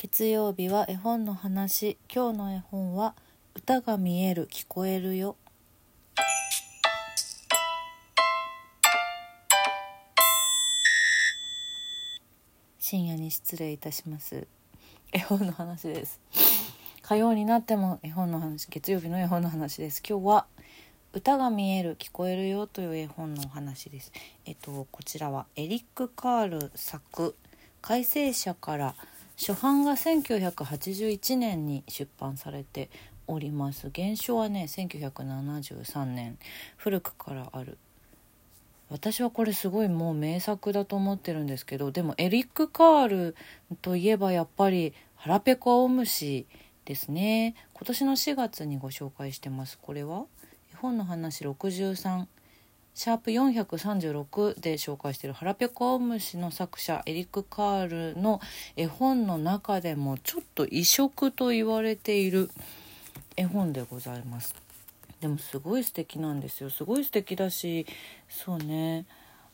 月曜日は絵本の話。今日の絵本は歌が見える聞こえるよ。深夜に失礼いたします。絵本の話です。火曜になっても絵本の話、月曜日の絵本の話です。今日は歌が見える聞こえるよという絵本のお話です。こちらはエリック・カール作、改正社から初版が1981年に出版されております。原書はね1973年、古くからある。私はこれすごいもう名作だと思ってるんですけど、でもエリック・カールといえばやっぱり腹ペコ青虫ですね。今年の4月にご紹介してます。これは絵本の話63シャープ436で紹介している腹ペコ青虫の作者エリック・カールの絵本の中でもちょっと異色と言われている絵本でございます。でもすごい素敵なんですよ。すごい素敵だし、そうね、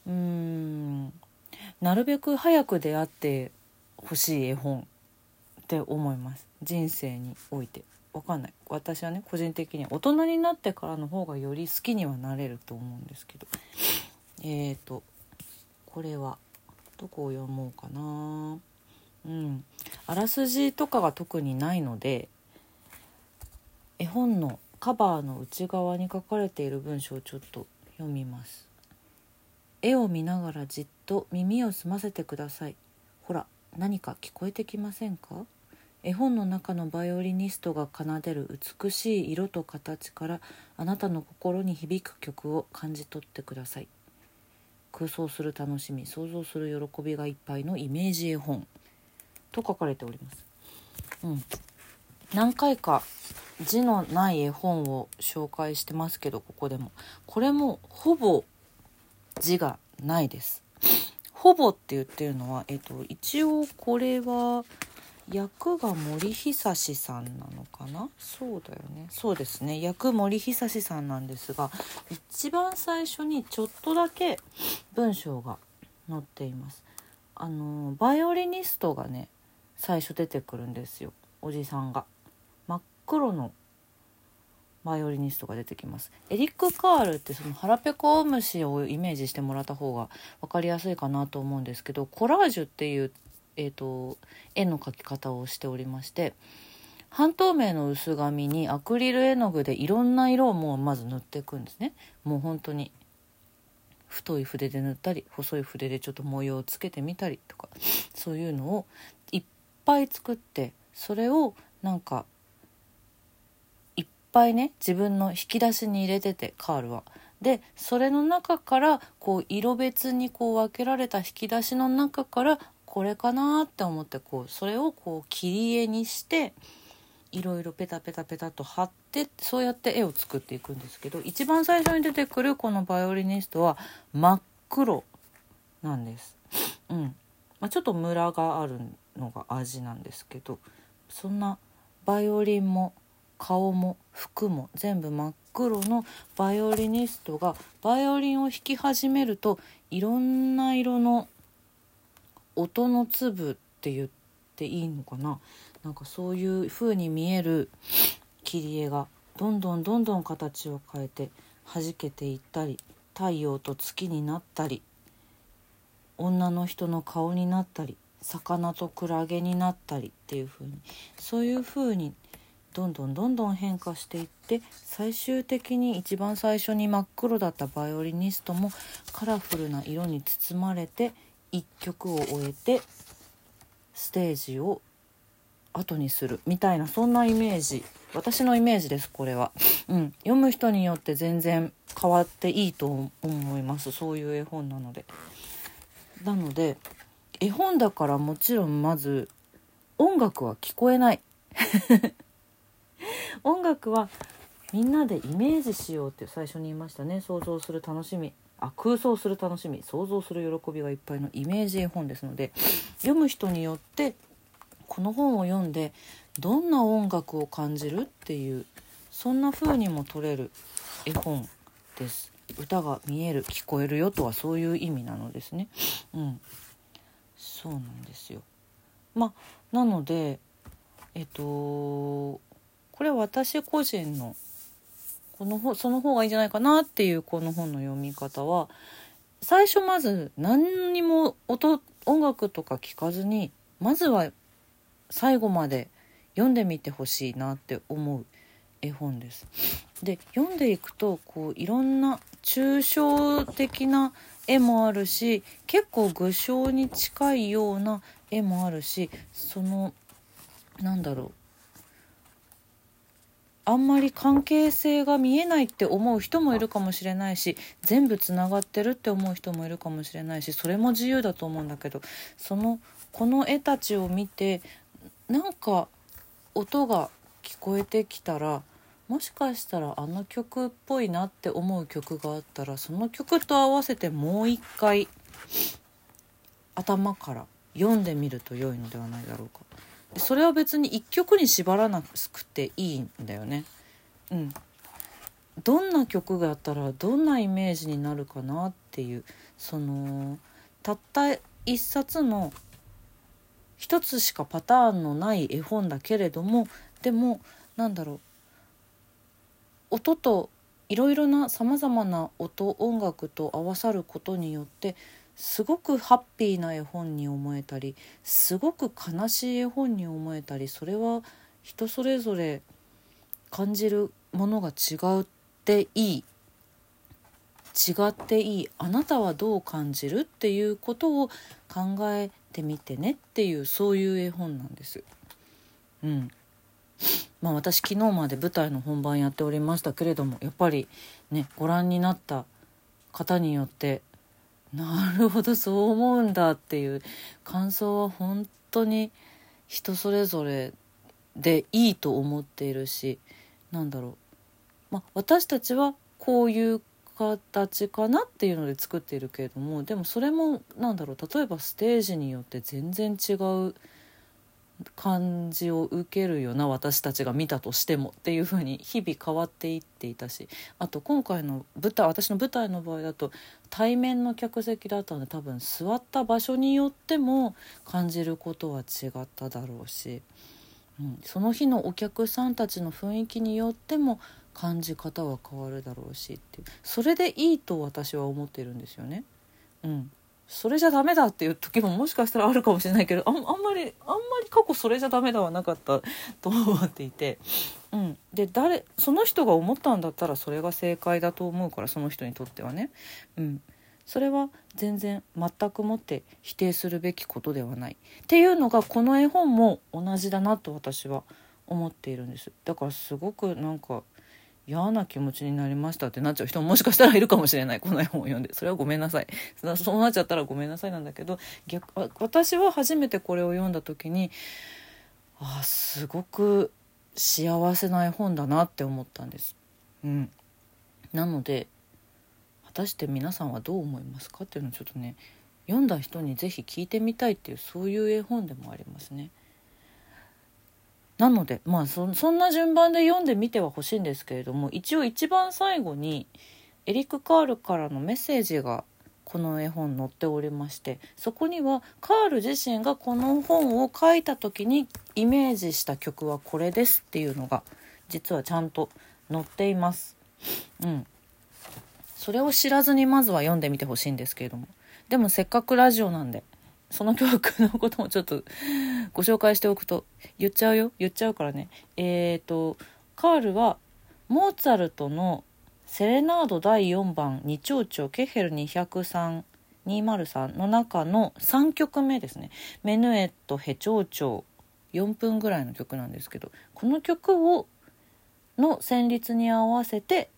なるべく早く出会ってほしい絵本って思います。人生において。わかんない、私はね個人的には大人になってからの方がより好きにはなれると思うんですけど、これはどこを読もうかな。あらすじとかが特にないので、絵本のカバーの内側に書かれている文章をちょっと読みます。絵を見ながらじっと耳を澄ませてください。ほら、何か聞こえてきませんか？絵本の中のバイオリニストが奏でる美しい色と形からあなたの心に響く曲を感じ取ってください。空想する楽しみ、想像する喜びがいっぱいのイメージ絵本と書かれております。何回か字のない絵本を紹介してますけど、これもほぼ字がないです。ほぼって言ってるのは、一応これは役が森久志さんなのかな。そうだよね、そうですね、役森久志さんなんですが、一番最初にちょっとだけ文章が載っています。バイオリニストがね最初出てくるんですよ。おじさんが真っ黒のバイオリニストが出てきます。エリック・カールってその腹ペコ虫をイメージしてもらった方が分かりやすいかなと思うんですけど、コラージュっていう、絵の描き方をしておりまして、半透明の薄紙にアクリル絵の具でいろんな色をもうまず塗っていくんですね。もう本当に太い筆で塗ったり細い筆でちょっと模様をつけてみたりとか、そういうのをいっぱい作って、それをなんかいっぱいね自分の引き出しに入れてて、カールはでそれの中からこう色別にこう分けられた引き出しの中からこれかなって思って、それを切り絵にしていろいろペタペタペタと貼って、そうやって絵を作っていくんですけど、一番最初に出てくるこのバイオリニストは真っ黒なんです。ちょっとムラがあるのが味なんですけど、そんなバイオリンも顔も服も全部真っ黒のバイオリニストがバイオリンを弾き始めると、いろんな色の音の粒って言っていいのかな、なんかそういう風に見える切り絵がどんどん形を変えて弾けていったり、太陽と月になったり、女の人の顔になったり、魚とクラゲになったりっていう風に、そういう風にどんどん変化していって、最終的に一番最初に真っ黒だったバイオリニストもカラフルな色に包まれて一曲を終えてステージを後にするみたいな、そんなイメージ、私のイメージです。これは、読む人によって全然変わっていいと思います。そういう絵本なので絵本だからもちろんまず音楽は聞こえない音楽はみんなでイメージしようって最初に言いましたね。想像する楽しみ、空想する楽しみ、想像する喜びがいっぱいのイメージ絵本ですので、読む人によってこの本を読んでどんな音楽を感じるっていう、そんな風にも取れる絵本です。歌が見える聞こえるよとはそういう意味なのですね。そうなんですよ。 なのでこれは私個人のその方がいいんじゃないかなっていうこの本の読み方は、最初まず何にも音楽とか聞かずに、まずは最後まで読んでみてほしいなって思う絵本です。で読んでいくといろんな抽象的な絵もあるし、結構具象に近いような絵もあるし、あんまり関係性が見えないって思う人もいるかもしれないし、全部つながってるって思う人もいるかもしれないし、それも自由だと思うんだけど、この絵たちを見てなんか音が聞こえてきたら、もしかしたらあの曲っぽいなって思う曲があったら、その曲と合わせてもう一回頭から読んでみると良いのではないだろうか。それは別に一曲に縛らなくていいんだよね。どんな曲があったらどんなイメージになるかなっていう、たった一冊の一つしかパターンのない絵本だけれども、でも音といろいろなさまざまな音楽と合わさることによって、すごくハッピーな絵本に思えたり、すごく悲しい絵本に思えたり、それは人それぞれ感じるものが違っていい、あなたはどう感じるっていうことを考えてみてねっていう、そういう絵本なんです。私昨日まで舞台の本番やっておりましたけれども、やっぱりね、ご覧になった方によってなるほどそう思うんだっていう感想は本当に人それぞれでいいと思っているし、私たちはこういう形かなっていうので作っているけれども、でもそれも例えばステージによって全然違う感じを受けるような、私たちが見たとしてもっていう風に日々変わっていっていたし、あと今回の私の舞台の場合だと対面の客席だったので、多分座った場所によっても感じることは違っただろうし、その日のお客さんたちの雰囲気によっても感じ方は変わるだろうしっていう、それでいいと私は思っているんですよね。それじゃダメだっていう時ももしかしたらあるかもしれないけど、あんまり過去それじゃダメだはなかったと思っていて、でその人が思ったんだったらそれが正解だと思うから、その人にとってはね、それは全然全くもって否定するべきことではないっていうのが、この絵本も同じだなと私は思っているんです。だからすごく嫌な気持ちになりましたってなっちゃう人ももしかしたらいるかもしれない、この絵本を読んで。それはごめんなさい、そうなっちゃったらごめんなさいなんだけど、私は初めてこれを読んだ時にすごく幸せな絵本だなって思ったんです。なので果たして皆さんはどう思いますかっていうのをちょっとね、読んだ人にぜひ聞いてみたいっていう、そういう絵本でもありますね。なのでそんな順番で読んでみてはほしいんですけれども、一応一番最後にエリック・カールからのメッセージがこの絵本載っておりまして、そこにはカール自身がこの本を書いた時にイメージした曲はこれですっていうのが実はちゃんと載っています。それを知らずにまずは読んでみてほしいんですけれども、でもせっかくラジオなんでその曲のこともちょっとご紹介しておくと、言っちゃうからね。カールはモーツァルトのセレナード第4番二丁調ケヘル203の中の3曲目ですね。メヌエットヘ長調、4分ぐらいの曲なんですけど、この曲の旋律に合わせて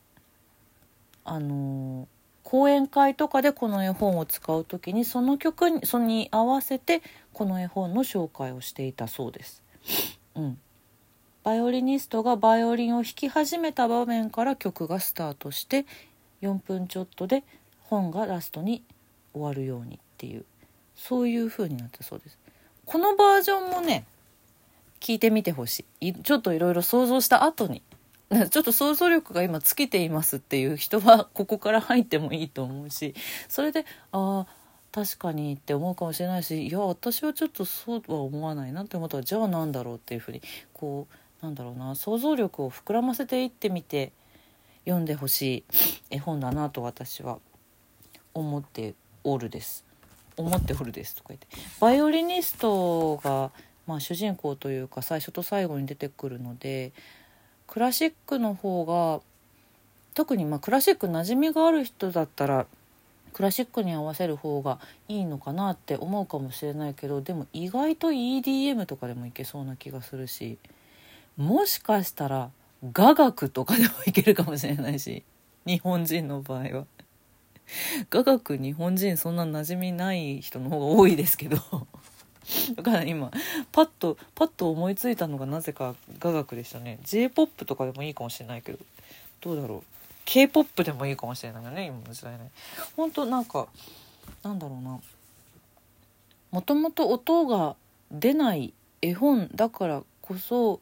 講演会とかでこの絵本を使うときにその曲に合わせてこの絵本の紹介をしていたそうです。バイオリニストがバイオリンを弾き始めた場面から曲がスタートして4分ちょっとで本がラストに終わるようにっていう、そういう風になったそうです。このバージョンもね聞いてみてほしい。ちょっといろいろ想像した後に、ちょっと想像力が今尽きていますっていう人はここから入ってもいいと思うし、それで確かにって思うかもしれないし、いや私はちょっとそうは思わないなって思ったら、じゃあなんだろうっていうふうにこうなんだろうな、想像力を膨らませていってみて読んでほしい絵本だなと私は思っておるですとか言って、バイオリニストが、主人公というか最初と最後に出てくるので、クラシックの方が特にクラシック馴染みがある人だったらクラシックに合わせる方がいいのかなって思うかもしれないけど、でも意外と EDM とかでもいけそうな気がするし、もしかしたら雅楽とかでもいけるかもしれないし、日本人の場合は雅楽、日本人そんな馴染みない人の方が多いですけどだから今パッと思いついたのがなぜか雅楽でしたね。 J-POP とかでもいいかもしれないけど、どうだろう、 K-POP でもいいかもしれないよね、今の時代ね。本当なんだろうな、もともと音が出ない絵本だからこそ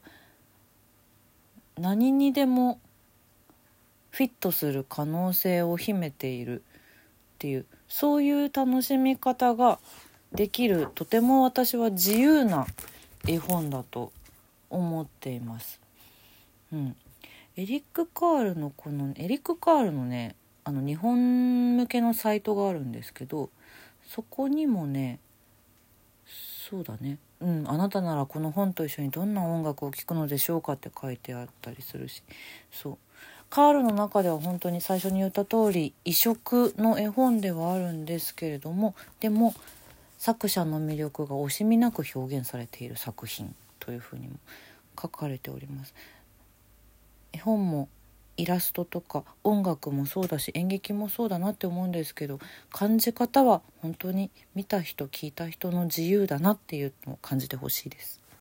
何にでもフィットする可能性を秘めているっていう、そういう楽しみ方ができる、とても私は自由な絵本だと思っています。エリック・カールのね、日本向けのサイトがあるんですけど、そこにもね、そうだね、あなたならこの本と一緒にどんな音楽を聴くのでしょうかって書いてあったりするし、そうカールの中では本当に最初に言った通り異色の絵本ではあるんですけれども、でも作者の魅力が惜しみなく表現されている作品というふうにも書かれております。絵本もイラストとか音楽もそうだし演劇もそうだなって思うんですけど、感じ方は本当に見た人聞いた人の自由だなっていうのを感じてほしいです。